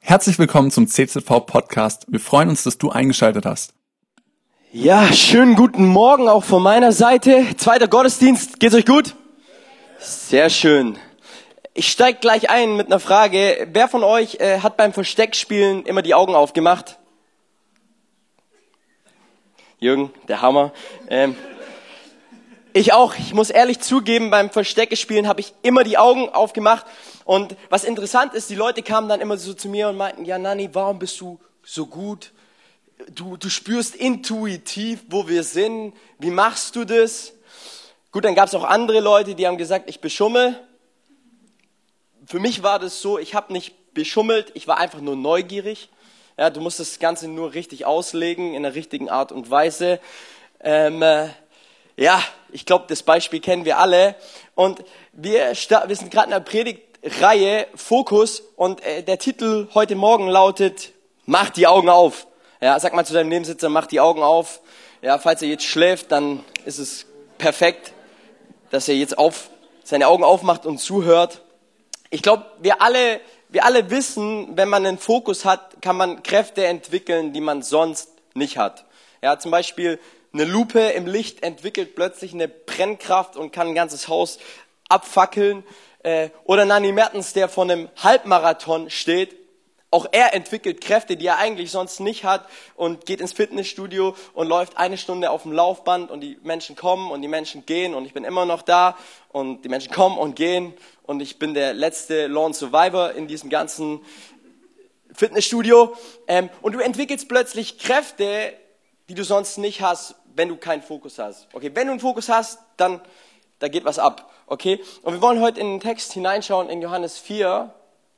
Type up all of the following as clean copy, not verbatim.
Herzlich willkommen zum CZV Podcast. Wir freuen uns, dass du eingeschaltet hast. Ja, schönen guten Morgen auch von meiner Seite. Zweiter Gottesdienst. Geht's euch gut? Sehr schön. Ich steige gleich ein mit einer Frage. Wer von euch hat beim Versteckspielen immer die Augen aufgemacht? Jürgen, der Hammer. Ich auch. Ich muss ehrlich zugeben, beim Versteckespielen habe ich immer die Augen aufgemacht. Und was interessant ist, die Leute kamen dann immer so zu mir und meinten, ja Nanni, warum bist du so gut? Du spürst intuitiv, wo wir sind. Wie machst du das? Gut, dann gab es auch andere Leute, die haben gesagt, ich beschummel. Für mich war das so, ich habe nicht beschummelt, ich war einfach nur neugierig. Ja, du musst das Ganze nur richtig auslegen, in der richtigen Art und Weise. Ja, ich glaube, das Beispiel kennen wir alle. Und wir sind gerade in der Predigtreihe Fokus und der Titel heute Morgen lautet, mach die Augen auf. Ja, sag mal zu deinem Nebensitzer, mach die Augen auf. Ja, falls er jetzt schläft, dann ist es perfekt, dass er jetzt seine Augen aufmacht und zuhört. Ich glaube, wir alle wissen, wenn man einen Fokus hat, kann man Kräfte entwickeln, die man sonst nicht hat. Ja, zum Beispiel eine Lupe im Licht entwickelt plötzlich eine Brennkraft und kann ein ganzes Haus abfackeln. Oder Nanni Mertens, der vor einem Halbmarathon steht. Auch er entwickelt Kräfte, die er eigentlich sonst nicht hat und geht ins Fitnessstudio und läuft 1 Stunde auf dem Laufband und die Menschen kommen und die Menschen gehen und ich bin immer noch da und die Menschen kommen und gehen und ich bin der letzte Lone Survivor in diesem ganzen Fitnessstudio. Und du entwickelst plötzlich Kräfte, die du sonst nicht hast, wenn du keinen Fokus hast. Okay, wenn du einen Fokus hast, dann da geht was ab. Okay, und wir wollen heute in den Text hineinschauen in Johannes 4,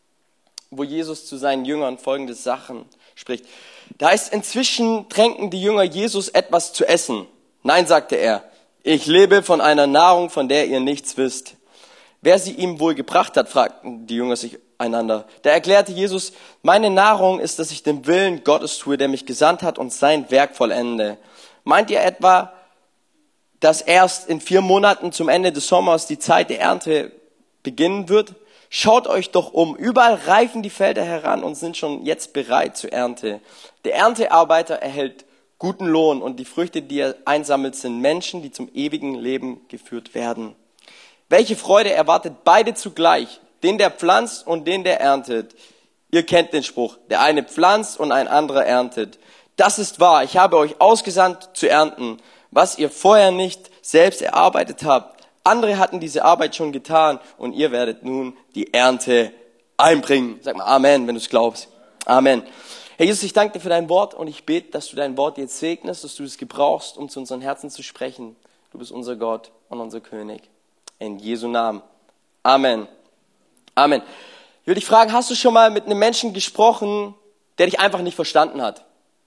wo Jesus zu seinen Jüngern folgende Sachen spricht. Da heißt, inzwischen drängten die Jünger Jesus etwas zu essen. Nein, sagte er, ich lebe von einer Nahrung, von der ihr nichts wisst. Wer sie ihm wohl gebracht hat, fragten die Jünger sich einander. Da erklärte Jesus, meine Nahrung ist, dass ich den Willen Gottes tue, der mich gesandt hat und sein Werk vollende. Meint ihr etwa, dass erst in 4 Monaten zum Ende des Sommers die Zeit der Ernte beginnen wird? Schaut euch doch um, überall reifen die Felder heran und sind schon jetzt bereit zur Ernte. Der Erntearbeiter erhält guten Lohn und die Früchte, die er einsammelt, sind Menschen, die zum ewigen Leben geführt werden. Welche Freude erwartet beide zugleich, den der pflanzt und den der erntet? Ihr kennt den Spruch, der eine pflanzt und ein anderer erntet. Das ist wahr, ich habe euch ausgesandt zu ernten, was ihr vorher nicht selbst erarbeitet habt. Andere hatten diese Arbeit schon getan und ihr werdet nun die Ernte einbringen. Sag mal Amen, wenn du es glaubst. Amen. Herr Jesus, ich danke dir für dein Wort und ich bete, dass du dein Wort jetzt segnest, dass du es gebrauchst, um zu unseren Herzen zu sprechen. Du bist unser Gott und unser König. In Jesu Namen. Amen. Amen. Ich will dich fragen, hast du schon mal mit einem Menschen gesprochen, der dich einfach nicht verstanden hat?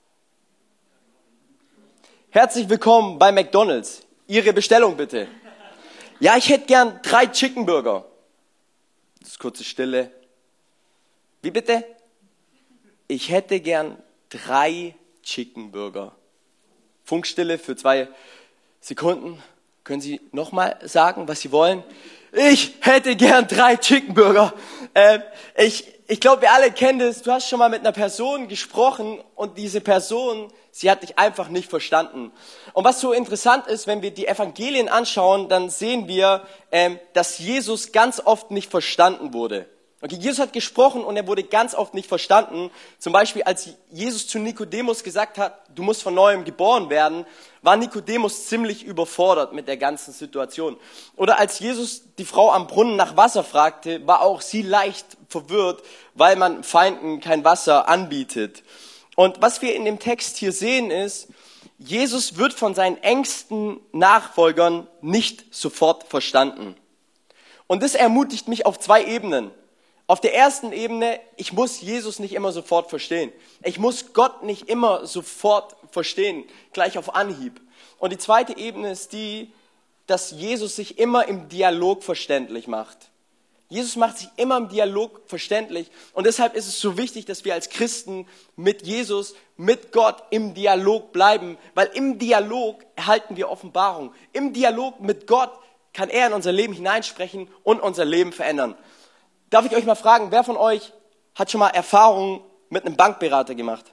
Herzlich willkommen bei McDonald's. Ihre Bestellung bitte. Ja, ich hätte gern 3 Chicken Burger. Das ist kurze Stille. Wie bitte? Ich hätte gern 3 Chicken Burger. Funkstille für 2 Sekunden. Können Sie nochmal sagen, was Sie wollen? Ich hätte gern 3 Chicken Burger. Ich glaube, wir alle kennen das. Du hast schon mal mit einer Person gesprochen und diese Person, sie hat dich einfach nicht verstanden. Und was so interessant ist, wenn wir die Evangelien anschauen, dann sehen wir, dass Jesus ganz oft nicht verstanden wurde. Okay, Jesus hat gesprochen und er wurde ganz oft nicht verstanden. Zum Beispiel, als Jesus zu Nikodemus gesagt hat, du musst von neuem geboren werden, war Nikodemus ziemlich überfordert mit der ganzen Situation. Oder als Jesus die Frau am Brunnen nach Wasser fragte, war auch sie leicht verwirrt, weil man Feinden kein Wasser anbietet. Und was wir in dem Text hier sehen ist, Jesus wird von seinen engsten Nachfolgern nicht sofort verstanden. Und das ermutigt mich auf 2 Ebenen. Auf der ersten Ebene, ich muss Jesus nicht immer sofort verstehen. Ich muss Gott nicht immer sofort verstehen, gleich auf Anhieb. Und die zweite Ebene ist die, dass Jesus sich immer im Dialog verständlich macht. Jesus macht sich immer im Dialog verständlich und deshalb ist es so wichtig, dass wir als Christen mit Jesus, mit Gott im Dialog bleiben, weil im Dialog erhalten wir Offenbarung. Im Dialog mit Gott kann er in unser Leben hineinsprechen und unser Leben verändern. Darf ich euch mal fragen, wer von euch hat schon mal Erfahrungen mit einem Bankberater gemacht.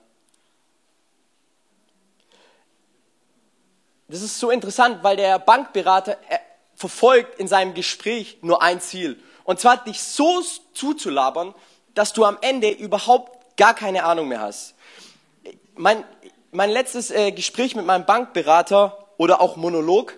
Das ist so interessant, weil der Bankberater verfolgt in seinem Gespräch nur ein Ziel. Und zwar dich so zuzulabern, dass du am Ende überhaupt gar keine Ahnung mehr hast. Mein letztes Gespräch mit meinem Bankberater oder auch Monolog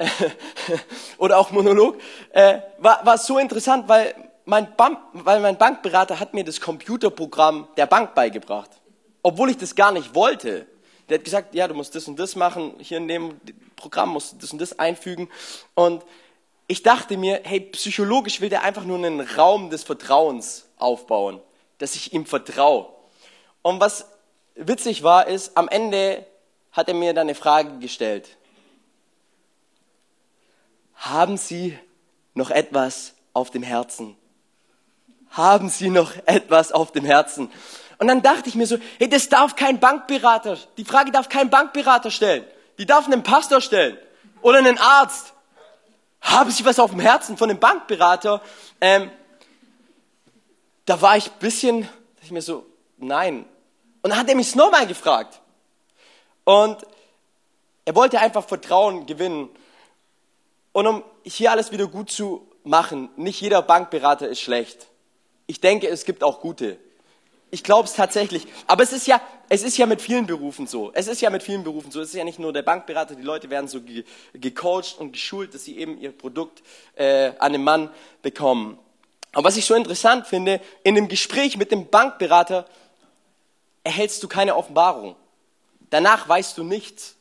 war so interessant, weil mein Bankberater hat mir das Computerprogramm der Bank beigebracht, obwohl ich das gar nicht wollte. Der hat gesagt, ja, du musst das und das machen, hier in dem Programm musst du das und das einfügen. Und ich dachte mir, hey, psychologisch will der einfach nur einen Raum des Vertrauens aufbauen, dass ich ihm vertraue. Und was witzig war, ist, am Ende hat er mir dann eine Frage gestellt. Haben Sie noch etwas auf dem Herzen? Haben Sie noch etwas auf dem Herzen? Und dann dachte ich mir so, hey, das darf kein Bankberater, die Frage darf kein Bankberater stellen. Die darf einen Pastor stellen oder einen Arzt. Haben Sie was auf dem Herzen von einem Bankberater? Da war ich ein bisschen, dachte ich mir so, nein. Und dann hat er mich nochmal gefragt. Und er wollte einfach Vertrauen gewinnen. Und um hier alles wieder gut zu machen, nicht jeder Bankberater ist schlecht. Ich denke, es gibt auch gute. Ich glaube es tatsächlich. Aber es ist ja mit vielen Berufen so. Es ist ja nicht nur der Bankberater. Die Leute werden so gecoacht und geschult, dass sie eben ihr Produkt an den Mann bekommen. Aber was ich so interessant finde, in dem Gespräch mit dem Bankberater erhältst du keine Offenbarung. Danach weißt du nichts.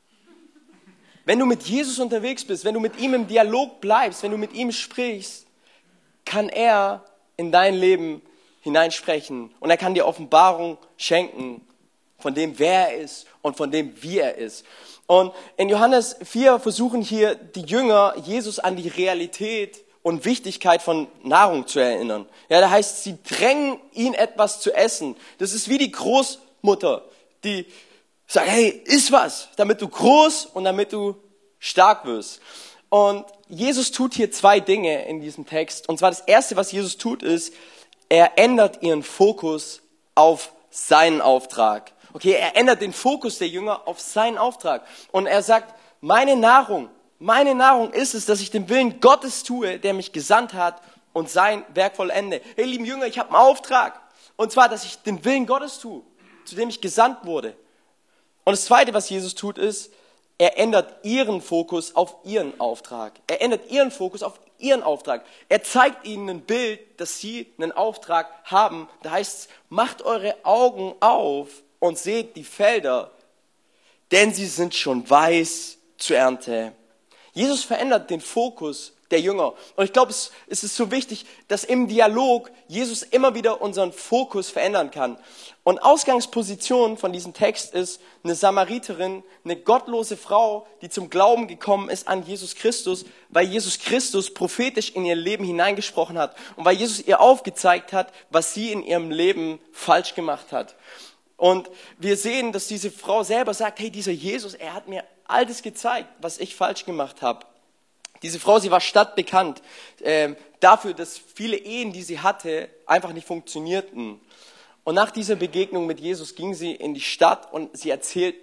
Wenn du mit Jesus unterwegs bist, wenn du mit ihm im Dialog bleibst, wenn du mit ihm sprichst, kann er in dein Leben hineinsprechen und er kann dir Offenbarung schenken von dem, wer er ist und von dem, wie er ist. Und in Johannes 4 versuchen hier die Jünger, Jesus an die Realität und Wichtigkeit von Nahrung zu erinnern. Ja, da heißt, sie drängen ihn etwas zu essen. Das ist wie die Großmutter, die sagt, hey, iss was, damit du groß und damit du stark wirst. Und Jesus tut hier zwei Dinge in diesem Text. Und zwar das Erste, was Jesus tut, ist, er ändert ihren Fokus auf seinen Auftrag. Okay, er ändert den Fokus der Jünger auf seinen Auftrag. Und er sagt, meine Nahrung ist es, dass ich den Willen Gottes tue, der mich gesandt hat und sein Werk vollende. Hey, lieben Jünger, ich habe einen Auftrag. Und zwar, dass ich den Willen Gottes tue, zu dem ich gesandt wurde. Und das Zweite, was Jesus tut, ist, er ändert ihren Fokus auf ihren Auftrag. Er ändert ihren Fokus auf ihren Auftrag. Er zeigt ihnen ein Bild, dass sie einen Auftrag haben. Da heißt es, macht eure Augen auf und seht die Felder, denn sie sind schon weiß zur Ernte. Jesus verändert den Fokus der Jünger. Und ich glaube, es ist so wichtig, dass im Dialog Jesus immer wieder unseren Fokus verändern kann. Und Ausgangsposition von diesem Text ist eine Samariterin, eine gottlose Frau, die zum Glauben gekommen ist an Jesus Christus, weil Jesus Christus prophetisch in ihr Leben hineingesprochen hat und weil Jesus ihr aufgezeigt hat, was sie in ihrem Leben falsch gemacht hat. Und wir sehen, dass diese Frau selber sagt, hey, dieser Jesus, er hat mir all das gezeigt, was ich falsch gemacht habe. Diese Frau, sie war stadtbekannt dafür, dass viele Ehen, die sie hatte, einfach nicht funktionierten. Und nach dieser Begegnung mit Jesus ging sie in die Stadt und sie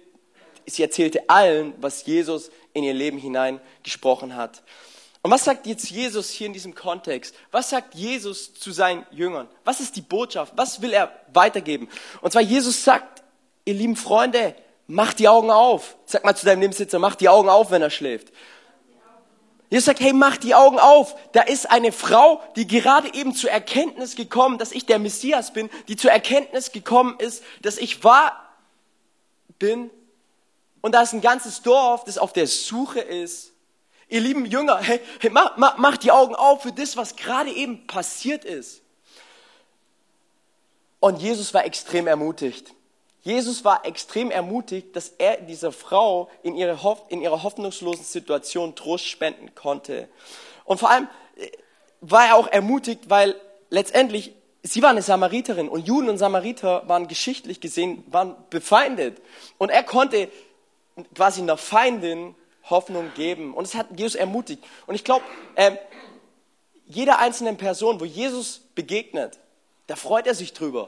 erzählte allen, was Jesus in ihr Leben hinein gesprochen hat. Und was sagt jetzt Jesus hier in diesem Kontext? Was sagt Jesus zu seinen Jüngern? Was ist die Botschaft? Was will er weitergeben? Und zwar Jesus sagt, ihr lieben Freunde, macht die Augen auf. Sag mal zu deinem Nebensitzer, macht die Augen auf, wenn er schläft. Jesus sagt, hey, mach die Augen auf. Da ist eine Frau, die gerade eben zur Erkenntnis gekommen, dass ich der Messias bin, die zur Erkenntnis gekommen ist, dass ich wahr bin. Und da ist ein ganzes Dorf, das auf der Suche ist. Ihr lieben Jünger, hey, mach die Augen auf für das, was gerade eben passiert ist. Und Jesus war extrem ermutigt. Jesus war extrem ermutigt, dass er dieser Frau in ihrer hoffnungslosen Situation Trost spenden konnte. Und vor allem war er auch ermutigt, weil letztendlich, sie war eine Samariterin und Juden und Samariter waren geschichtlich gesehen, waren befeindet. Und er konnte quasi einer Feindin Hoffnung geben. Und es hat Jesus ermutigt. Und ich glaube, jeder einzelnen Person, wo Jesus begegnet, da freut er sich drüber.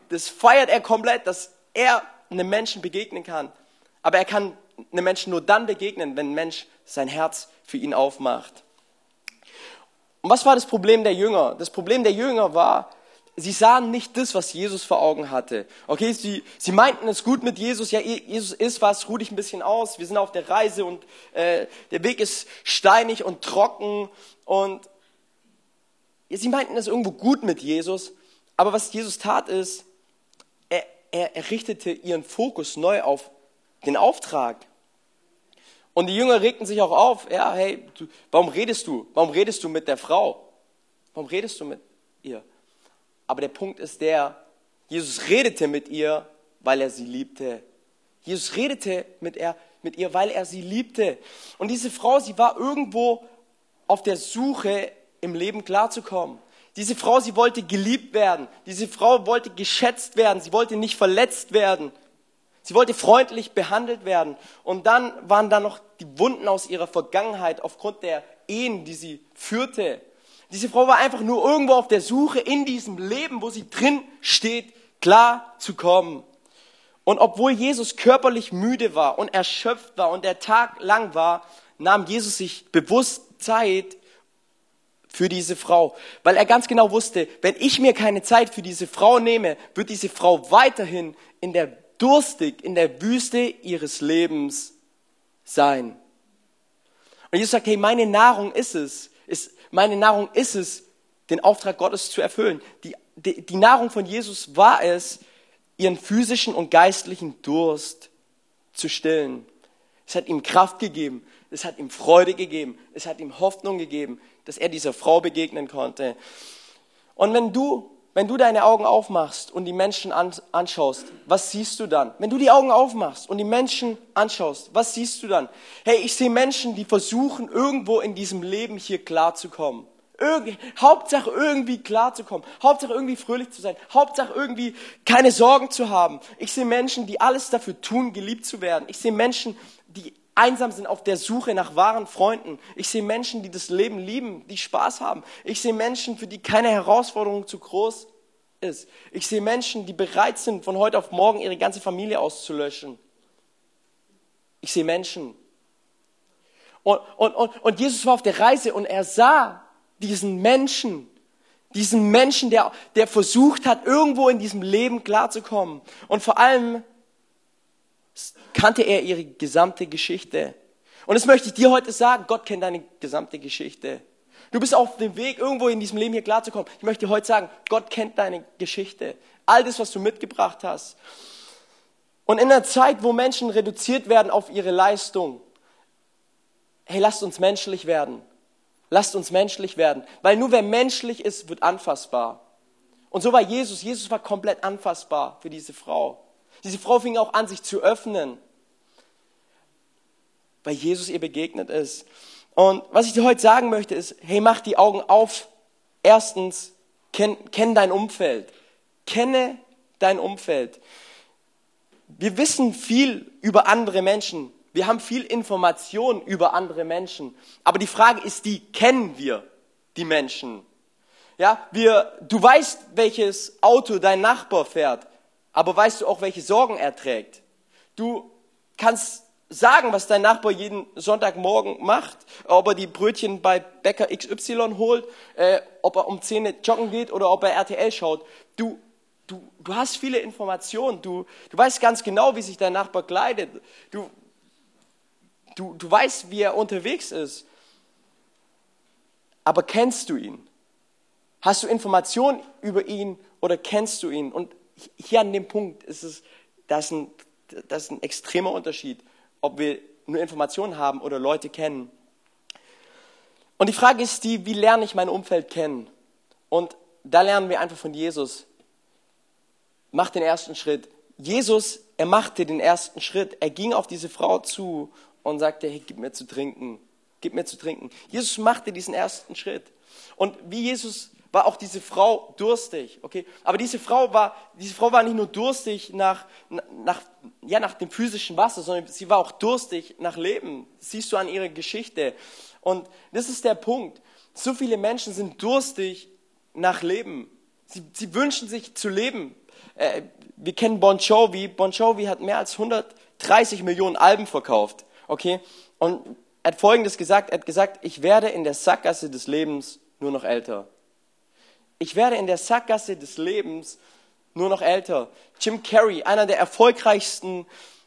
das feiert er komplett, dass er einem Menschen begegnen kann. Aber er kann einem Menschen nur dann begegnen, wenn ein Mensch sein Herz für ihn aufmacht. Und was war das Problem der Jünger? Das Problem der Jünger war, sie sahen nicht das, was Jesus vor Augen hatte. Okay, sie meinten es gut mit Jesus. Ja, Jesus ist was, ruh dich ein bisschen aus. Wir sind auf der Reise und der Weg ist steinig und trocken. Und sie meinten es irgendwo gut mit Jesus. Aber was Jesus tat ist, er richtete ihren Fokus neu auf den Auftrag. Und die Jünger regten sich auch auf. Ja, hey, warum redest du? Warum redest du mit der Frau? Warum redest du mit ihr? Aber der Punkt ist Jesus redete mit ihr, weil er sie liebte. Jesus redete mit ihr, weil er sie liebte. Und diese Frau, sie war irgendwo auf der Suche, im Leben klarzukommen. Diese Frau, sie wollte geliebt werden. Diese Frau wollte geschätzt werden. Sie wollte nicht verletzt werden. Sie wollte freundlich behandelt werden. Und dann waren da noch die Wunden aus ihrer Vergangenheit aufgrund der Ehen, die sie führte. Diese Frau war einfach nur irgendwo auf der Suche, in diesem Leben, wo sie drin steht, klar zu kommen. Und obwohl Jesus körperlich müde war und erschöpft war und der Tag lang war, nahm Jesus sich bewusst Zeit für diese Frau. Weil er ganz genau wusste, wenn ich mir keine Zeit für diese Frau nehme, wird diese Frau weiterhin in der Wüste ihres Lebens sein. Und Jesus sagt, hey, meine Nahrung ist es, den Auftrag Gottes zu erfüllen. Die Nahrung von Jesus war es, ihren physischen und geistlichen Durst zu stillen. Es hat ihm Kraft gegeben, es hat ihm Freude gegeben, es hat ihm Hoffnung gegeben, dass er dieser Frau begegnen konnte. Und wenn du deine Augen aufmachst und die Menschen anschaust, was siehst du dann? Wenn du die Augen aufmachst und die Menschen anschaust, was siehst du dann? Hey, ich sehe Menschen, die versuchen, irgendwo in diesem Leben hier klarzukommen. Hauptsache irgendwie klarzukommen. Hauptsache irgendwie fröhlich zu sein. Hauptsache irgendwie keine Sorgen zu haben. Ich sehe Menschen, die alles dafür tun, geliebt zu werden. Ich sehe Menschen, die einsam sind auf der Suche nach wahren Freunden. Ich sehe Menschen, die das Leben lieben, die Spaß haben. Ich sehe Menschen, für die keine Herausforderung zu groß ist. Ich sehe Menschen, die bereit sind, von heute auf morgen ihre ganze Familie auszulöschen. Ich sehe Menschen. Und Jesus war auf der Reise und er sah diesen Menschen, der versucht hat, irgendwo in diesem Leben klarzukommen. Und vor allem kannte er ihre gesamte Geschichte. Und das möchte ich dir heute sagen, Gott kennt deine gesamte Geschichte. Du bist auf dem Weg, irgendwo in diesem Leben hier klarzukommen. Ich möchte dir heute sagen, Gott kennt deine Geschichte. All das, was du mitgebracht hast. Und in einer Zeit, wo Menschen reduziert werden auf ihre Leistung, hey, lasst uns menschlich werden. Lasst uns menschlich werden. Weil nur wer menschlich ist, wird anfassbar. Und so war Jesus. Jesus war komplett anfassbar für diese Frau. Diese Frau fing auch an, sich zu öffnen, weil Jesus ihr begegnet ist. Und was ich dir heute sagen möchte, ist, hey, mach die Augen auf. Erstens, kenn dein Umfeld. Kenne dein Umfeld. Wir wissen viel über andere Menschen. Wir haben viel Information über andere Menschen. Aber die Frage ist kennen wir die Menschen? Ja, du weißt, welches Auto dein Nachbar fährt. Aber weißt du auch, welche Sorgen er trägt? Du kannst sagen, was dein Nachbar jeden Sonntagmorgen macht, ob er die Brötchen bei Bäcker XY holt, ob er um 10 joggen geht oder ob er RTL schaut. Du hast viele Informationen, du weißt ganz genau, wie sich dein Nachbar kleidet. Du weißt, wie er unterwegs ist. Aber kennst du ihn? Hast du Informationen über ihn oder kennst du ihn? Und hier an dem Punkt das ist ein extremer Unterschied, ob wir nur Informationen haben oder Leute kennen. Und die Frage ist wie lerne ich mein Umfeld kennen? Und da lernen wir einfach von Jesus. Mach den ersten Schritt. Jesus, er machte den ersten Schritt. Er ging auf diese Frau zu und sagte, hey, gib mir zu trinken. Gib mir zu trinken. Jesus machte diesen ersten Schritt. Und wie Jesus war auch diese Frau durstig, okay? Aber diese Frau war nicht nur durstig nach dem physischen Wasser, sondern sie war auch durstig nach Leben. Das siehst du an ihrer Geschichte. Und das ist der Punkt. So viele Menschen sind durstig nach Leben. Sie wünschen sich zu leben. Wir kennen Bon Jovi. Bon Jovi hat mehr als 130 Millionen Alben verkauft. Okay? Und er hat Folgendes gesagt. Er hat gesagt, ich werde in der Sackgasse des Lebens nur noch älter. Ich werde in der Sackgasse des Lebens nur noch älter. Jim Carrey, einer der erfolgreichsten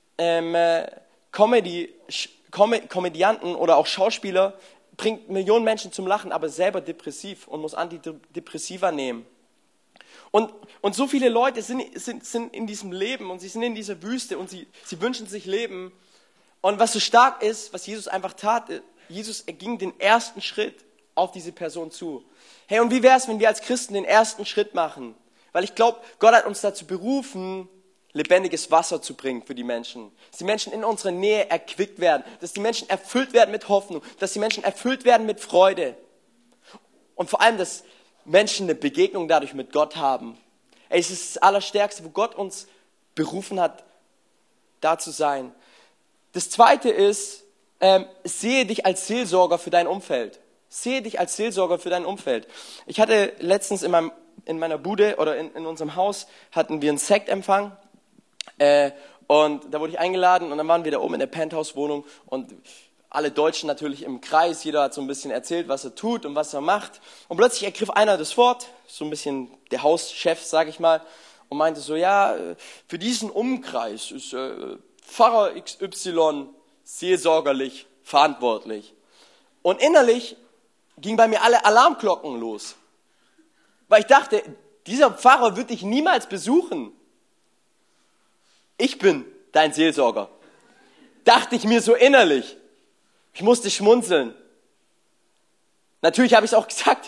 Komödianten oder auch Schauspieler, bringt Millionen Menschen zum Lachen, aber selber depressiv und muss Antidepressiva nehmen. Und so viele Leute sind in diesem Leben und sie sind in dieser Wüste und sie wünschen sich Leben. Und was so stark ist, was Jesus einfach tat, er ging den ersten Schritt auf diese Person zu. Hey, und wie wäre es, wenn wir als Christen den ersten Schritt machen? Weil ich glaube, Gott hat uns dazu berufen, lebendiges Wasser zu bringen für die Menschen. Dass die Menschen in unserer Nähe erquickt werden. Dass die Menschen erfüllt werden mit Hoffnung. Dass die Menschen erfüllt werden mit Freude. Und vor allem, dass Menschen eine Begegnung dadurch mit Gott haben. Ey, es ist das Allerstärkste, wo Gott uns berufen hat, da zu sein. Das Zweite ist, sehe dich als Seelsorger für dein Umfeld. Sehe dich als Seelsorger für dein Umfeld. Ich hatte letztens in meiner Bude oder in unserem Haus hatten wir einen Sektempfang und da wurde ich eingeladen und dann waren wir da oben in der Penthouse-Wohnung und alle Deutschen natürlich im Kreis, jeder hat so ein bisschen erzählt, was er tut und was er macht und plötzlich ergriff einer das Wort, so ein bisschen der Hauschef, sage ich mal, und meinte so, ja, für diesen Umkreis ist Pfarrer XY seelsorgerlich verantwortlich. Und innerlich gingen bei mir alle Alarmglocken los. Weil ich dachte, dieser Pfarrer wird dich niemals besuchen. Ich bin dein Seelsorger. Dachte ich mir so innerlich. Ich musste schmunzeln. Natürlich habe ich es auch gesagt.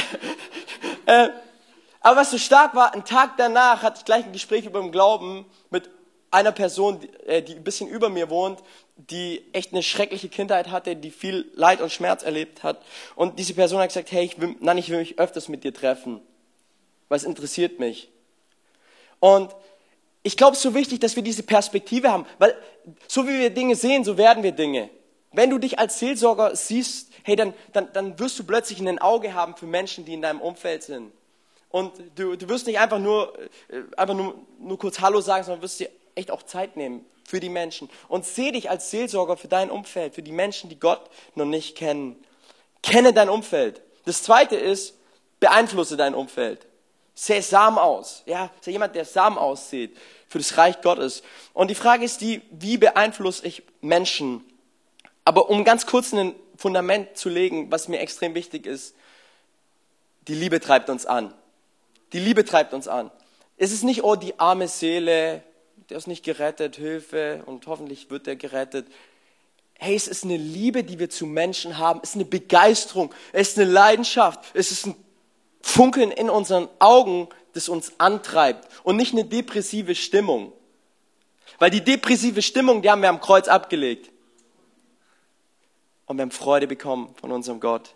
Aber was so stark war, einen Tag danach hatte ich gleich ein Gespräch über den Glauben mit einer Person, die ein bisschen über mir wohnt, die echt eine schreckliche Kindheit hatte, die viel Leid und Schmerz erlebt hat. Und diese Person hat gesagt, hey, ich will mich öfters mit dir treffen, weil es interessiert mich. Und ich glaube, es ist so wichtig, dass wir diese Perspektive haben, weil so wie wir Dinge sehen, so werden wir Dinge. Wenn du dich als Seelsorger siehst, hey, dann wirst du plötzlich ein Auge haben für Menschen, die in deinem Umfeld sind. Und du wirst nicht einfach nur kurz Hallo sagen, sondern wirst dir echt auch Zeit nehmen für die Menschen. Und sehe dich als Seelsorger für dein Umfeld, für die Menschen, die Gott noch nicht kennen. Kenne dein Umfeld. Das Zweite ist, beeinflusse dein Umfeld. Säe Samen aus. Ja, sei jemand, der Samen aussät für das Reich Gottes. Und die Frage ist wie beeinflusse ich Menschen? Aber um ganz kurz ein Fundament zu legen, was mir extrem wichtig ist, die Liebe treibt uns an. Die Liebe treibt uns an. Es ist nicht, oh, die arme Seele, der ist nicht gerettet, Hilfe und hoffentlich wird er gerettet. Hey, es ist eine Liebe, die wir zu Menschen haben. Es ist eine Begeisterung, es ist eine Leidenschaft, es ist ein Funkeln in unseren Augen, das uns antreibt und nicht eine depressive Stimmung. Weil die depressive Stimmung, die haben wir am Kreuz abgelegt. Und wir haben Freude bekommen von unserem Gott.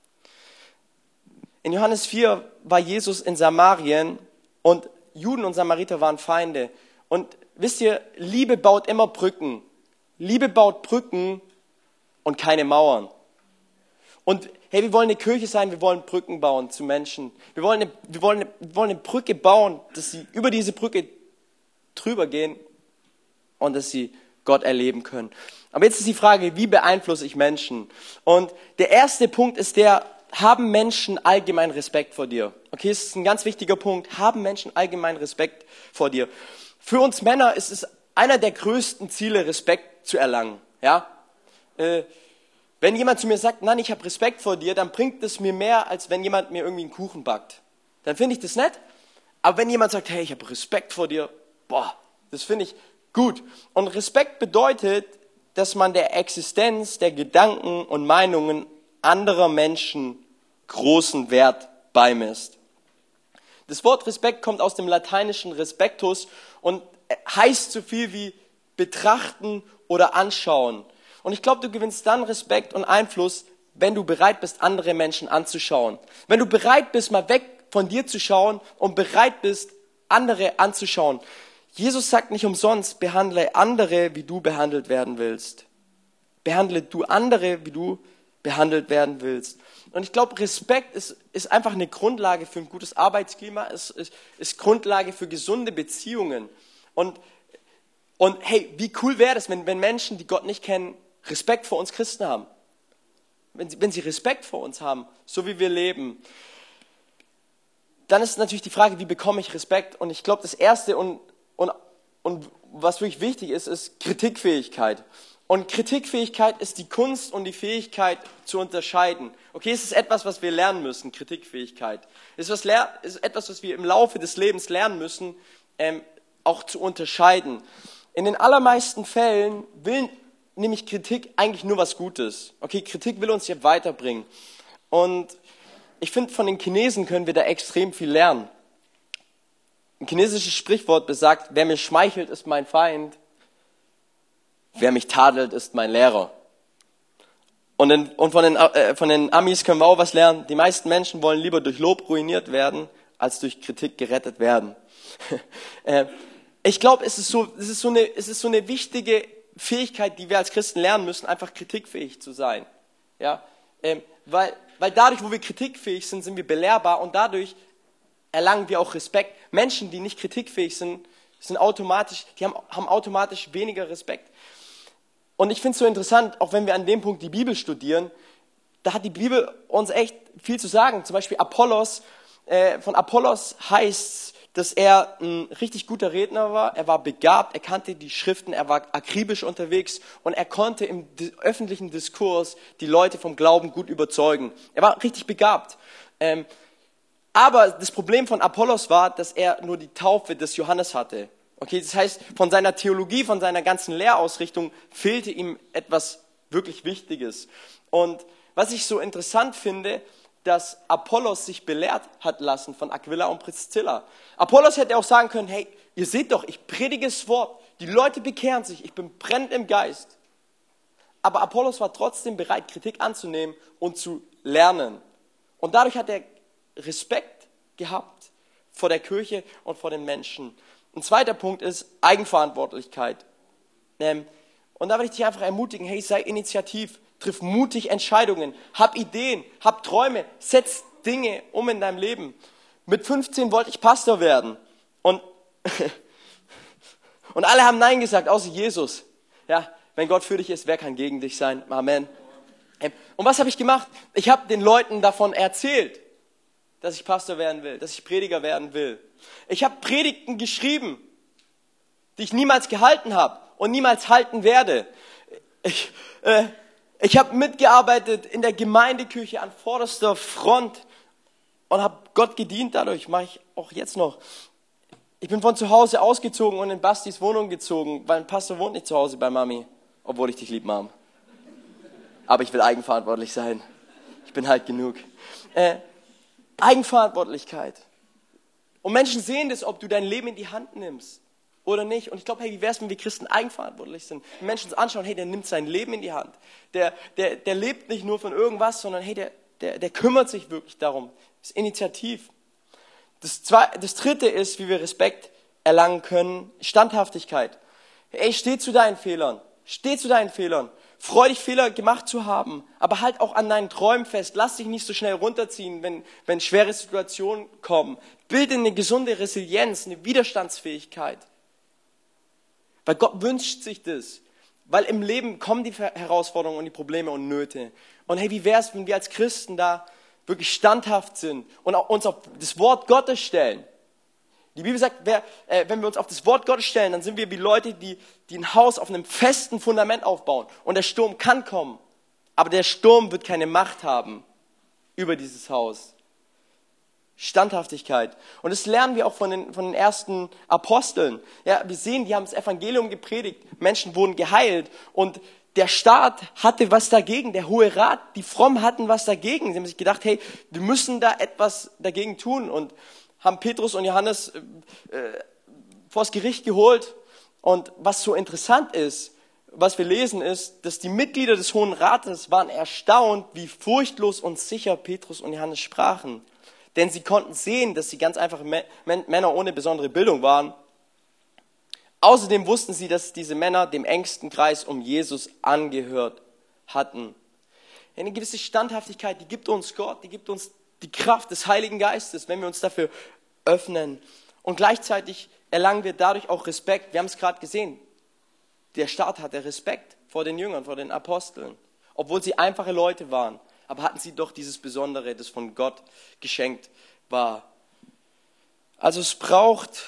In Johannes 4 war Jesus in Samarien und Juden und Samariter waren Feinde. Und wisst ihr, Liebe baut immer Brücken. Liebe baut Brücken und keine Mauern. Und hey, wir wollen eine Kirche sein, wir wollen Brücken bauen zu Menschen. Wir wollen eine Brücke bauen, dass sie über diese Brücke drüber gehen und dass sie Gott erleben können. Aber jetzt ist die Frage, wie beeinflusse ich Menschen? Und der erste Punkt ist haben Menschen allgemein Respekt vor dir? Okay, das ist ein ganz wichtiger Punkt. Haben Menschen allgemein Respekt vor dir? Für uns Männer ist es einer der größten Ziele, Respekt zu erlangen. Ja? Wenn jemand zu mir sagt, nein, ich habe Respekt vor dir, dann bringt es mir mehr, als wenn jemand mir irgendwie einen Kuchen backt. Dann finde ich das nett. Aber wenn jemand sagt, hey, ich habe Respekt vor dir, das finde ich gut. Und Respekt bedeutet, dass man der Existenz, der Gedanken und Meinungen anderer Menschen großen Wert beimisst. Das Wort Respekt kommt aus dem lateinischen Respectus und heißt so viel wie betrachten oder anschauen. Und ich glaube, du gewinnst dann Respekt und Einfluss, wenn du bereit bist, andere Menschen anzuschauen. Wenn du bereit bist, mal weg von dir zu schauen und bereit bist, andere anzuschauen. Jesus sagt nicht umsonst, behandle andere, wie du behandelt werden willst. Behandle du andere, wie du behandelt werden willst. Und ich glaube, Respekt ist einfach eine Grundlage für ein gutes Arbeitsklima, ist Grundlage für gesunde Beziehungen. Und hey, wie cool wäre das, wenn Menschen, die Gott nicht kennen, Respekt vor uns Christen haben. Wenn sie Respekt vor uns haben, so wie wir leben. Dann ist natürlich die Frage, wie bekomme ich Respekt? Und ich glaube, das Erste und was wirklich wichtig ist, ist Kritikfähigkeit. Und Kritikfähigkeit ist die Kunst und die Fähigkeit zu unterscheiden. Okay, es ist etwas, was wir lernen müssen, Kritikfähigkeit. Es ist etwas, was wir im Laufe des Lebens lernen müssen, auch zu unterscheiden. In den allermeisten Fällen will nämlich Kritik eigentlich nur was Gutes. Okay, Kritik will uns ja weiterbringen. Und ich finde, von den Chinesen können wir da extrem viel lernen. Ein chinesisches Sprichwort besagt, wer mir schmeichelt, ist mein Feind. Wer mich tadelt, ist mein Lehrer. Und von den Amis können wir auch was lernen. Die meisten Menschen wollen lieber durch Lob ruiniert werden, als durch Kritik gerettet werden. Ich glaube, es ist so eine wichtige Fähigkeit, die wir als Christen lernen müssen, einfach kritikfähig zu sein. Ja? Weil dadurch, wo wir kritikfähig sind, sind wir belehrbar und dadurch erlangen wir auch Respekt. Menschen, die nicht kritikfähig sind, haben automatisch weniger Respekt. Und ich finde es so interessant, auch wenn wir an dem Punkt die Bibel studieren, da hat die Bibel uns echt viel zu sagen. Zum Beispiel Apollos, von Apollos heißt es, dass er ein richtig guter Redner war, er war begabt, er kannte die Schriften, er war akribisch unterwegs und er konnte im öffentlichen Diskurs die Leute vom Glauben gut überzeugen. Er war richtig begabt. Aber das Problem von Apollos war, dass er nur die Taufe des Johannes hatte. Okay, das heißt, von seiner Theologie, von seiner ganzen Lehrausrichtung fehlte ihm etwas wirklich Wichtiges. Und was ich so interessant finde, dass Apollos sich belehrt hat lassen von Aquila und Priscilla. Apollos hätte auch sagen können, hey, ihr seht doch, ich predige das Wort, die Leute bekehren sich, ich bin brennend im Geist. Aber Apollos war trotzdem bereit, Kritik anzunehmen und zu lernen. Und dadurch hat er Respekt gehabt vor der Kirche und vor den Menschen. Ein zweiter Punkt ist Eigenverantwortlichkeit. Und da will ich dich einfach ermutigen, hey, sei initiativ, triff mutig Entscheidungen, hab Ideen, hab Träume, setz Dinge um in deinem Leben. Mit 15 wollte ich Pastor werden und alle haben Nein gesagt, außer Jesus. Ja, wenn Gott für dich ist, wer kann gegen dich sein? Amen. Und was habe ich gemacht? Ich habe den Leuten davon erzählt, dass ich Pastor werden will, dass ich Prediger werden will. Ich habe Predigten geschrieben, die ich niemals gehalten habe und niemals halten werde. Ich habe mitgearbeitet in der Gemeindeküche an vorderster Front und habe Gott gedient dadurch, mache ich auch jetzt noch. Ich bin von zu Hause ausgezogen und in Bastis Wohnung gezogen, weil ein Pastor wohnt nicht zu Hause bei Mami, obwohl ich dich lieb, Mom. Aber ich will eigenverantwortlich sein. Ich bin halt genug. Eigenverantwortlichkeit. Und Menschen sehen das, ob du dein Leben in die Hand nimmst oder nicht. Und ich glaube, hey, wie wäre es, wenn wir Christen eigenverantwortlich sind? Wenn Menschen uns anschauen, hey, der nimmt sein Leben in die Hand. Der lebt nicht nur von irgendwas, sondern hey, der kümmert sich wirklich darum. Das ist initiativ. Das dritte ist, wie wir Respekt erlangen können, Standhaftigkeit. Hey, steh zu deinen Fehlern. Steh zu deinen Fehlern. Freu dich, Fehler gemacht zu haben, aber halt auch an deinen Träumen fest. Lass dich nicht so schnell runterziehen, wenn schwere Situationen kommen. Bilde eine gesunde Resilienz, eine Widerstandsfähigkeit. Weil Gott wünscht sich das. Weil im Leben kommen die Herausforderungen und die Probleme und Nöte. Und hey, wie wäre es, wenn wir als Christen da wirklich standhaft sind und auch uns auf das Wort Gottes stellen? Die Bibel sagt, wenn wir uns auf das Wort Gottes stellen, dann sind wir wie Leute, die ein Haus auf einem festen Fundament aufbauen. Und der Sturm kann kommen, aber der Sturm wird keine Macht haben über dieses Haus. Standhaftigkeit. Und das lernen wir auch von den ersten Aposteln. Ja, wir sehen, die haben das Evangelium gepredigt, Menschen wurden geheilt und der Staat hatte was dagegen, der Hohe Rat, die Frommen hatten was dagegen. Sie haben sich gedacht, hey, wir müssen da etwas dagegen tun und haben Petrus und Johannes vors Gericht geholt. Und was so interessant ist, was wir lesen, ist, dass die Mitglieder des Hohen Rates waren erstaunt, wie furchtlos und sicher Petrus und Johannes sprachen. Denn sie konnten sehen, dass sie ganz einfache Männer ohne besondere Bildung waren. Außerdem wussten sie, dass diese Männer dem engsten Kreis um Jesus angehört hatten. Eine gewisse Standhaftigkeit, die gibt uns Gott, die gibt uns die Kraft des Heiligen Geistes, wenn wir uns dafür öffnen. Und gleichzeitig erlangen wir dadurch auch Respekt. Wir haben es gerade gesehen. Der Staat hatte Respekt vor den Jüngern, vor den Aposteln. Obwohl sie einfache Leute waren. Aber hatten sie doch dieses Besondere, das von Gott geschenkt war. Also es braucht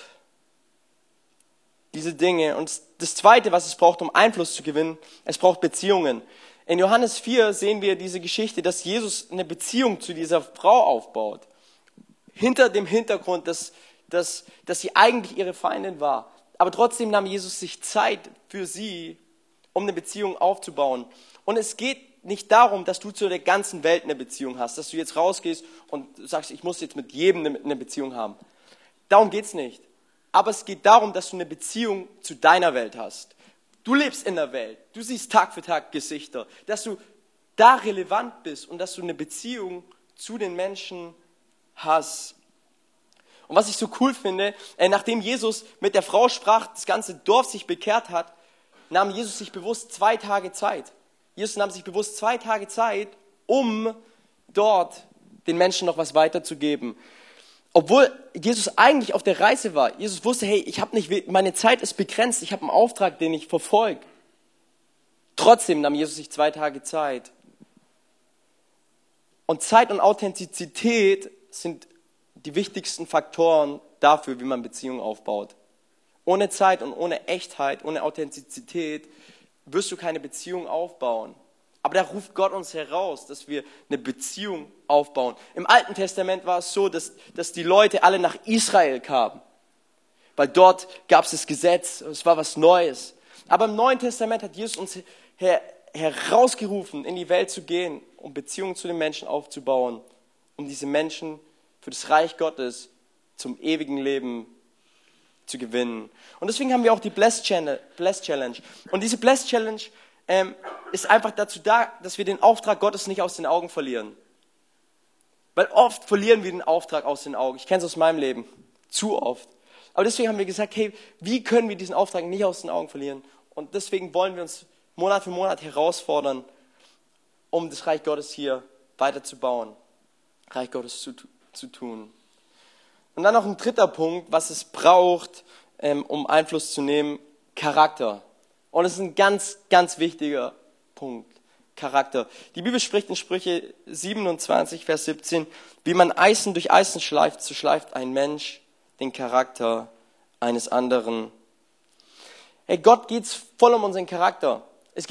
diese Dinge. Und das Zweite, was es braucht, um Einfluss zu gewinnen, es braucht Beziehungen. In Johannes 4 sehen wir diese Geschichte, dass Jesus eine Beziehung zu dieser Frau aufbaut. Hinter dem Hintergrund, dass sie eigentlich ihre Feindin war. Aber trotzdem nahm Jesus sich Zeit für sie, um eine Beziehung aufzubauen. Und es geht nicht darum, dass du zu der ganzen Welt eine Beziehung hast, dass du jetzt rausgehst und sagst, ich muss jetzt mit jedem eine Beziehung haben. Darum geht's nicht. Aber es geht darum, dass du eine Beziehung zu deiner Welt hast. Du lebst in der Welt, du siehst Tag für Tag Gesichter, dass du da relevant bist und dass du eine Beziehung zu den Menschen hast. Und was ich so cool finde, nachdem Jesus mit der Frau sprach, das ganze Dorf sich bekehrt hat, nahm Jesus sich bewusst 2 Tage Zeit. Jesus nahm sich bewusst 2 Tage Zeit, um dort den Menschen noch was weiterzugeben. Obwohl Jesus eigentlich auf der Reise war. Jesus wusste, hey, meine Zeit ist begrenzt, ich habe einen Auftrag, den ich verfolge. Trotzdem nahm Jesus sich 2 Tage Zeit. Und Zeit und Authentizität sind die wichtigsten Faktoren dafür, wie man Beziehungen aufbaut. Ohne Zeit und ohne Echtheit, ohne Authentizität wirst du keine Beziehung aufbauen. Aber da ruft Gott uns heraus, dass wir eine Beziehung aufbauen. Im Alten Testament war es so, dass die Leute alle nach Israel kamen. Weil dort gab es das Gesetz, es war was Neues. Aber im Neuen Testament hat Jesus uns herausgerufen, in die Welt zu gehen, um Beziehungen zu den Menschen aufzubauen, um diese Menschen für das Reich Gottes zum ewigen Leben zu gewinnen. Und deswegen haben wir auch die Bless Challenge. Und diese Bless Challenge ist einfach dazu da, dass wir den Auftrag Gottes nicht aus den Augen verlieren. Weil oft verlieren wir den Auftrag aus den Augen. Ich kenne es aus meinem Leben. Zu oft. Aber deswegen haben wir gesagt, hey, wie können wir diesen Auftrag nicht aus den Augen verlieren? Und deswegen wollen wir uns Monat für Monat herausfordern, um das Reich Gottes hier weiterzubauen. Reich Gottes zu tun. Und dann noch ein dritter Punkt, was es braucht, um Einfluss zu nehmen, Charakter. Und es ist ein ganz, ganz wichtiger Punkt, Charakter. Die Bibel spricht in Sprüche 27, Vers 17, wie man Eisen durch Eisen schleift, so schleift ein Mensch den Charakter eines anderen. Hey, Gott geht's voll um unseren Charakter.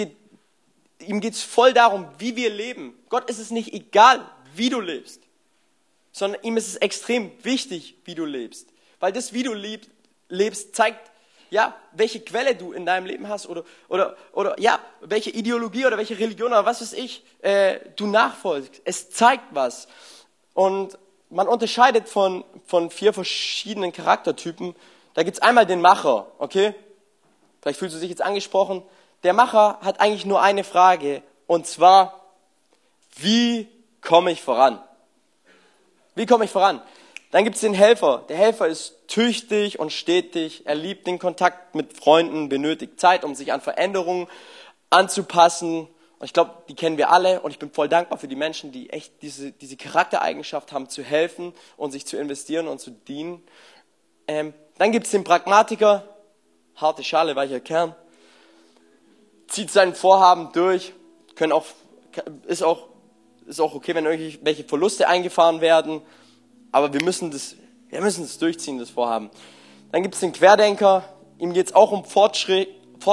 Ihm geht's voll darum, wie wir leben. Gott ist es nicht egal, wie du lebst, sondern ihm ist es extrem wichtig, wie du lebst. Weil das, wie du lebst, zeigt, ja, welche Quelle du in deinem Leben hast oder ja, welche Ideologie oder welche Religion oder was weiß ich, du nachfolgst. Es zeigt was. Und man unterscheidet von 4 verschiedenen Charaktertypen. Da gibt's einmal den Macher, okay? Vielleicht fühlst du dich jetzt angesprochen. Der Macher hat eigentlich nur eine Frage, und zwar, wie komme ich voran? Wie komme ich voran? Dann gibt es den Helfer. Der Helfer ist tüchtig und stetig. Er liebt den Kontakt mit Freunden, benötigt Zeit, um sich an Veränderungen anzupassen. Und ich glaube, die kennen wir alle. Und ich bin voll dankbar für die Menschen, die echt diese Charaktereigenschaft haben, zu helfen und sich zu investieren und zu dienen. Dann gibt es den Pragmatiker. Harte Schale, weicher Kern. Zieht sein Vorhaben durch. Ist auch okay, wenn irgendwelche Verluste eingefahren werden. Aber wir müssen das durchziehen, das Vorhaben. Dann gibt es den Querdenker. Ihm geht es auch um Fortschritt.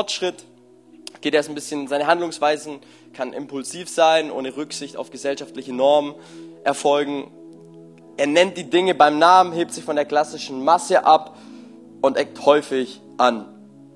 Geht erst ein bisschen, seine Handlungsweisen kann impulsiv sein, ohne Rücksicht auf gesellschaftliche Normen erfolgen. Er nennt die Dinge beim Namen, hebt sich von der klassischen Masse ab und eckt häufig an.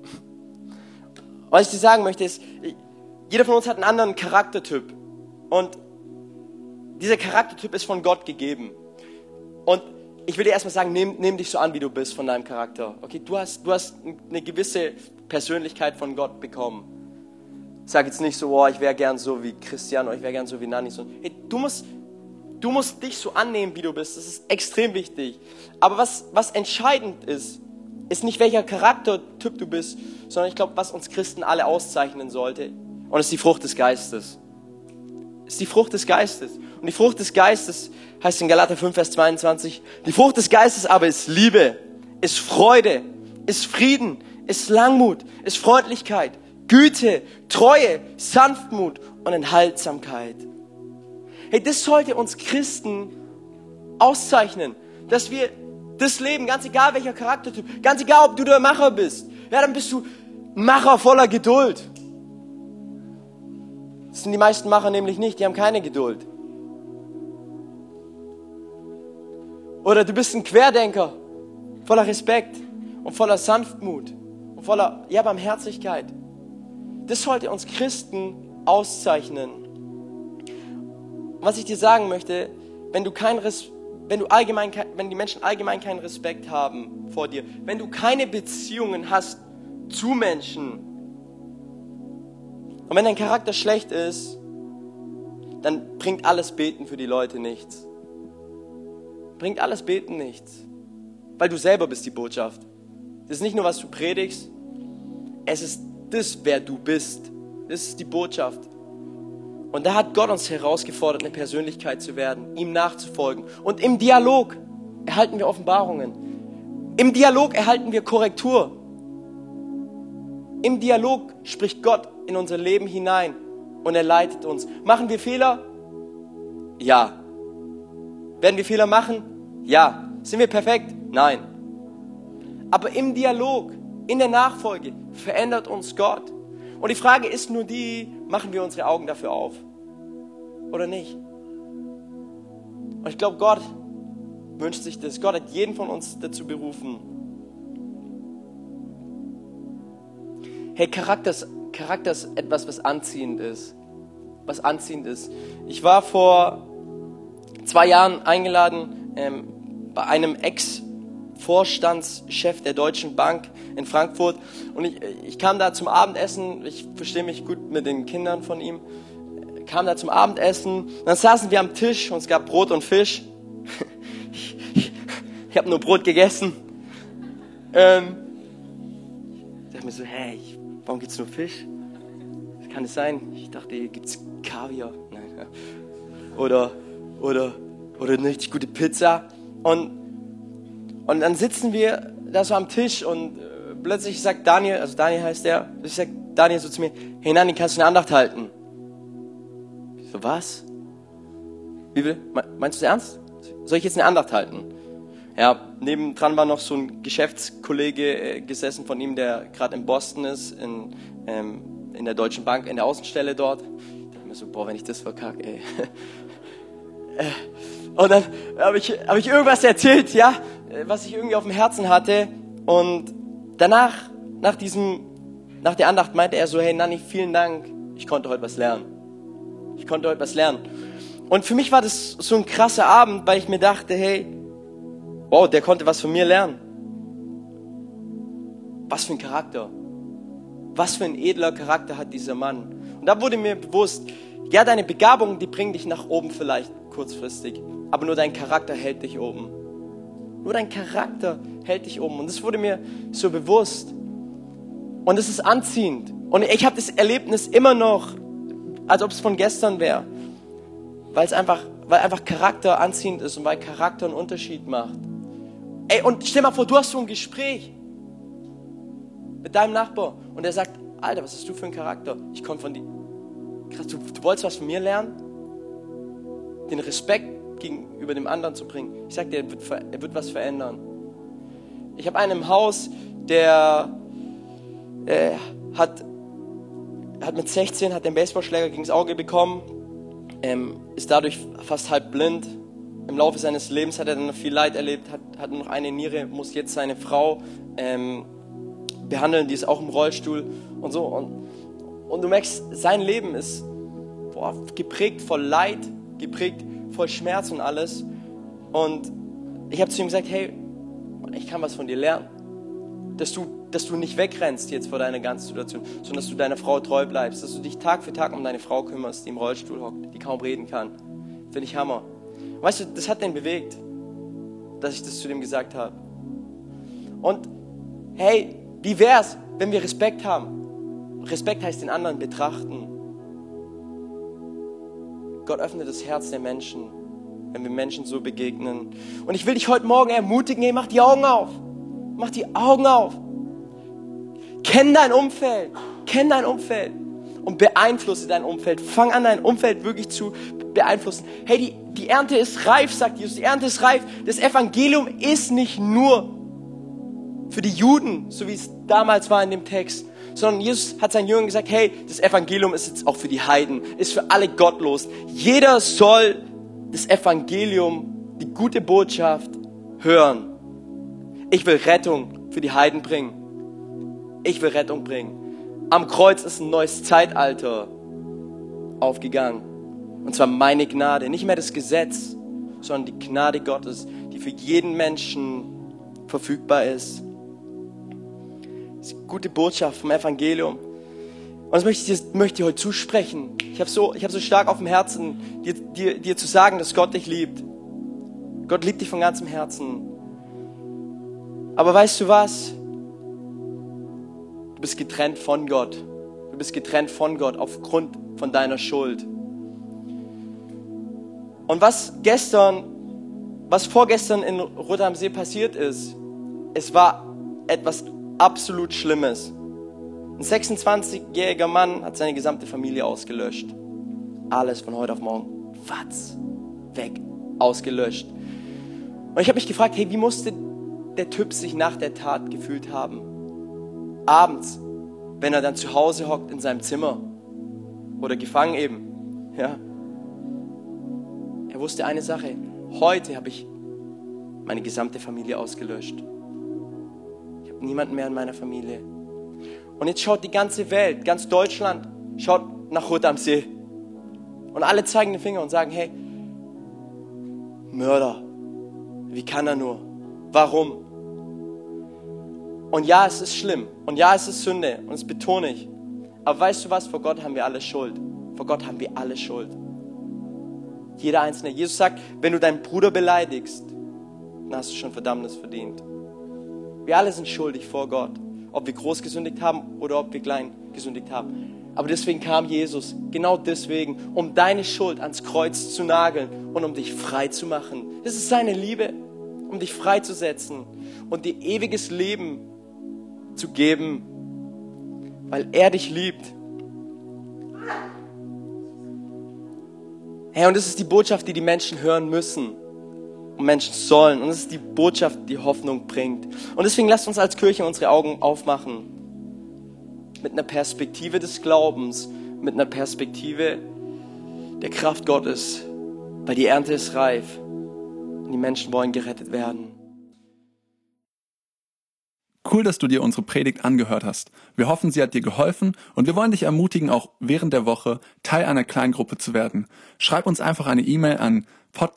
Was ich dir sagen möchte ist, jeder von uns hat einen anderen Charaktertyp. Und dieser Charaktertyp ist von Gott gegeben. Und ich will dir erstmal sagen, nimm dich so an, wie du bist von deinem Charakter. Okay, du hast eine gewisse Persönlichkeit von Gott bekommen. Sag jetzt nicht so, ich wäre gern so wie Christian oder ich wäre gern so wie Nanni. Hey, du musst dich so annehmen, wie du bist. Das ist extrem wichtig. Aber was entscheidend ist nicht welcher Charaktertyp du bist, sondern ich glaube, was uns Christen alle auszeichnen sollte. Und es ist die Frucht des Geistes. Es ist die Frucht des Geistes. Und die Frucht des Geistes heißt in Galater 5, Vers 22, die Frucht des Geistes aber ist Liebe, ist Freude, ist Frieden, ist Langmut, ist Freundlichkeit, Güte, Treue, Sanftmut und Enthaltsamkeit. Hey, das sollte uns Christen auszeichnen, dass wir das Leben, ganz egal welcher Charaktertyp, ganz egal ob du der Macher bist, ja, dann bist du Macher voller Geduld. Das sind die meisten Macher nämlich nicht, die haben keine Geduld. Oder du bist ein Querdenker, voller Respekt und voller Sanftmut und voller Barmherzigkeit. Das sollte uns Christen auszeichnen. Und was ich dir sagen möchte, wenn die Menschen allgemein keinen Respekt haben vor dir, wenn du keine Beziehungen hast zu Menschen und wenn dein Charakter schlecht ist, dann bringt alles Beten für die Leute nichts. Bringt alles Beten nichts. Weil du selber bist die Botschaft. Das ist nicht nur, was du predigst, es ist das, wer du bist. Das ist die Botschaft. Und da hat Gott uns herausgefordert, eine Persönlichkeit zu werden, ihm nachzufolgen. Und im Dialog erhalten wir Offenbarungen. Im Dialog erhalten wir Korrektur. Im Dialog spricht Gott in unser Leben hinein und er leitet uns. Machen wir Fehler? Ja. Werden wir Fehler machen? Ja. Sind wir perfekt? Nein. Aber im Dialog, in der Nachfolge verändert uns Gott. Und die Frage ist nur die, machen wir unsere Augen dafür auf? Oder nicht? Und ich glaube, Gott wünscht sich das. Gott hat jeden von uns dazu berufen. Hey, Charakter ist etwas, was anziehend ist. Was anziehend ist. Ich war vor 2 Jahren eingeladen bei einem Ex-Vorstandschef der Deutschen Bank in Frankfurt. Und ich kam da zum Abendessen. Ich verstehe mich gut mit den Kindern von ihm. Kam da zum Abendessen. Dann saßen wir am Tisch und es gab Brot und Fisch. Ich habe nur Brot gegessen. Ich dachte mir so, hey, warum gibt's nur Fisch? Das kann es sein. Ich dachte, hier gibt's Kaviar. Nein. Oder eine richtig gute Pizza. Und dann sitzen wir da so am Tisch und plötzlich sagt Daniel, also Daniel heißt der, sagt Daniel so zu mir, hey Nani, kannst du eine Andacht halten? Ich so, was? Wie bitte? Meinst du das ernst? Soll ich jetzt eine Andacht halten? Ja, nebendran war noch so ein Geschäftskollege gesessen von ihm, der gerade in Boston ist, in der Deutschen Bank, in der Außenstelle dort. Ich dachte mir so, boah, wenn ich das verkacke, ey. Und dann habe ich irgendwas erzählt, ja, was ich irgendwie auf dem Herzen hatte. Und danach, nach der Andacht meinte er so, hey Nanni, vielen Dank, ich konnte heute was lernen. Und für mich war das so ein krasser Abend, weil ich mir dachte, hey, wow, der konnte was von mir lernen. Was für ein Charakter. Was für ein edler Charakter hat dieser Mann. Und da wurde mir bewusst, ja, deine Begabungen, die bringen dich nach oben vielleicht kurzfristig. Aber nur dein Charakter hält dich oben. Nur dein Charakter hält dich oben. Und das wurde mir so bewusst. Und es ist anziehend. Und ich habe das Erlebnis immer noch, als ob es von gestern wäre. Weil einfach Charakter anziehend ist und weil Charakter einen Unterschied macht. Ey, und stell mal vor, du hast so ein Gespräch mit deinem Nachbar und er sagt, Alter, was hast du für einen Charakter? Ich komme von dir. Krass, du wolltest was von mir lernen? Den Respekt gegenüber dem anderen zu bringen. Ich sag dir, er wird was verändern. Ich habe einen im Haus, der hat mit 16 den Baseballschläger gegen das Auge bekommen, ist dadurch fast halb blind. Im Laufe seines Lebens hat er dann noch viel Leid erlebt, hat nur noch eine Niere, muss jetzt seine Frau behandeln, die ist auch im Rollstuhl und so. Und du merkst, sein Leben ist geprägt voll Leid, geprägt voll Schmerz und alles. Und ich habe zu ihm gesagt, hey, ich kann was von dir lernen. Dass du nicht wegrennst jetzt vor deiner ganzen Situation, sondern dass du deiner Frau treu bleibst, dass du dich Tag für Tag um deine Frau kümmerst, die im Rollstuhl hockt, die kaum reden kann. Finde ich Hammer. Weißt du, das hat den bewegt, dass ich das zu dem gesagt habe. Und hey, wie wär's, wenn wir Respekt haben? Respekt heißt den anderen betrachten. Gott öffnet das Herz der Menschen, wenn wir Menschen so begegnen. Und ich will dich heute Morgen ermutigen, hey, mach die Augen auf. Mach die Augen auf. Kenn dein Umfeld und beeinflusse dein Umfeld. Fang an, dein Umfeld wirklich zu beeinflussen. Hey, die Ernte ist reif, sagt Jesus. Die Ernte ist reif. Das Evangelium ist nicht nur für die Juden, so wie es damals war in dem Text, sondern Jesus hat seinen Jüngern gesagt, hey, das Evangelium ist jetzt auch für die Heiden, ist für alle gottlos. Jeder soll das Evangelium, die gute Botschaft hören. Ich will Rettung für die Heiden bringen. Ich will Rettung bringen. Am Kreuz ist ein neues Zeitalter aufgegangen. Und zwar meine Gnade. Nicht mehr das Gesetz, sondern die Gnade Gottes, die für jeden Menschen verfügbar ist. Das ist die gute Botschaft vom Evangelium. Und das möchte ich dir heute zusprechen. Ich habe so stark auf dem Herzen, dir zu sagen, dass Gott dich liebt. Gott liebt dich von ganzem Herzen. Aber weißt du was? Du bist getrennt von Gott. Du bist getrennt von Gott aufgrund von deiner Schuld. Und was vorgestern in Rot am See passiert ist, es war etwas absolut Schlimmes. Ein 26-jähriger Mann hat seine gesamte Familie ausgelöscht. Alles von heute auf morgen. Fatz. Weg. Ausgelöscht. Und ich habe mich gefragt, hey, wie musste der Typ sich nach der Tat gefühlt haben? Abends, wenn er dann zu Hause hockt in seinem Zimmer. Oder gefangen eben. Ja. Er wusste eine Sache. Heute habe ich meine gesamte Familie ausgelöscht. Ich habe niemanden mehr in meiner Familie. Und jetzt schaut die ganze Welt, ganz Deutschland, schaut nach Rot am See. Und alle zeigen den Finger und sagen, hey, Mörder, wie kann er nur? Warum? Und ja, es ist schlimm. Und ja, es ist Sünde. Und das betone ich. Aber weißt du was? Vor Gott haben wir alle Schuld. Vor Gott haben wir alle Schuld. Jeder Einzelne. Jesus sagt, wenn du deinen Bruder beleidigst, dann hast du schon Verdammnis verdient. Wir alle sind schuldig vor Gott. Ob wir groß gesündigt haben oder ob wir klein gesündigt haben. Aber deswegen kam Jesus, genau deswegen, um deine Schuld ans Kreuz zu nageln und um dich frei zu machen. Das ist seine Liebe, um dich freizusetzen und dir ewiges Leben zu geben, weil er dich liebt. Hey, und das ist die Botschaft, die die Menschen hören müssen und Menschen sollen. Und das ist die Botschaft, die Hoffnung bringt. Und deswegen lasst uns als Kirche unsere Augen aufmachen. Mit einer Perspektive des Glaubens, mit einer Perspektive der Kraft Gottes. Weil die Ernte ist reif und die Menschen wollen gerettet werden. Cool, dass du dir unsere Predigt angehört hast. Wir hoffen, sie hat dir geholfen und wir wollen dich ermutigen, auch während der Woche Teil einer Kleingruppe zu werden. Schreib uns einfach eine E-Mail an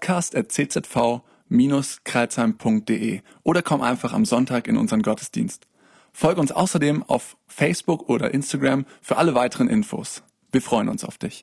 podcast@czv-kreilsheim.de oder komm einfach am Sonntag in unseren Gottesdienst. Folge uns außerdem auf Facebook oder Instagram für alle weiteren Infos. Wir freuen uns auf dich.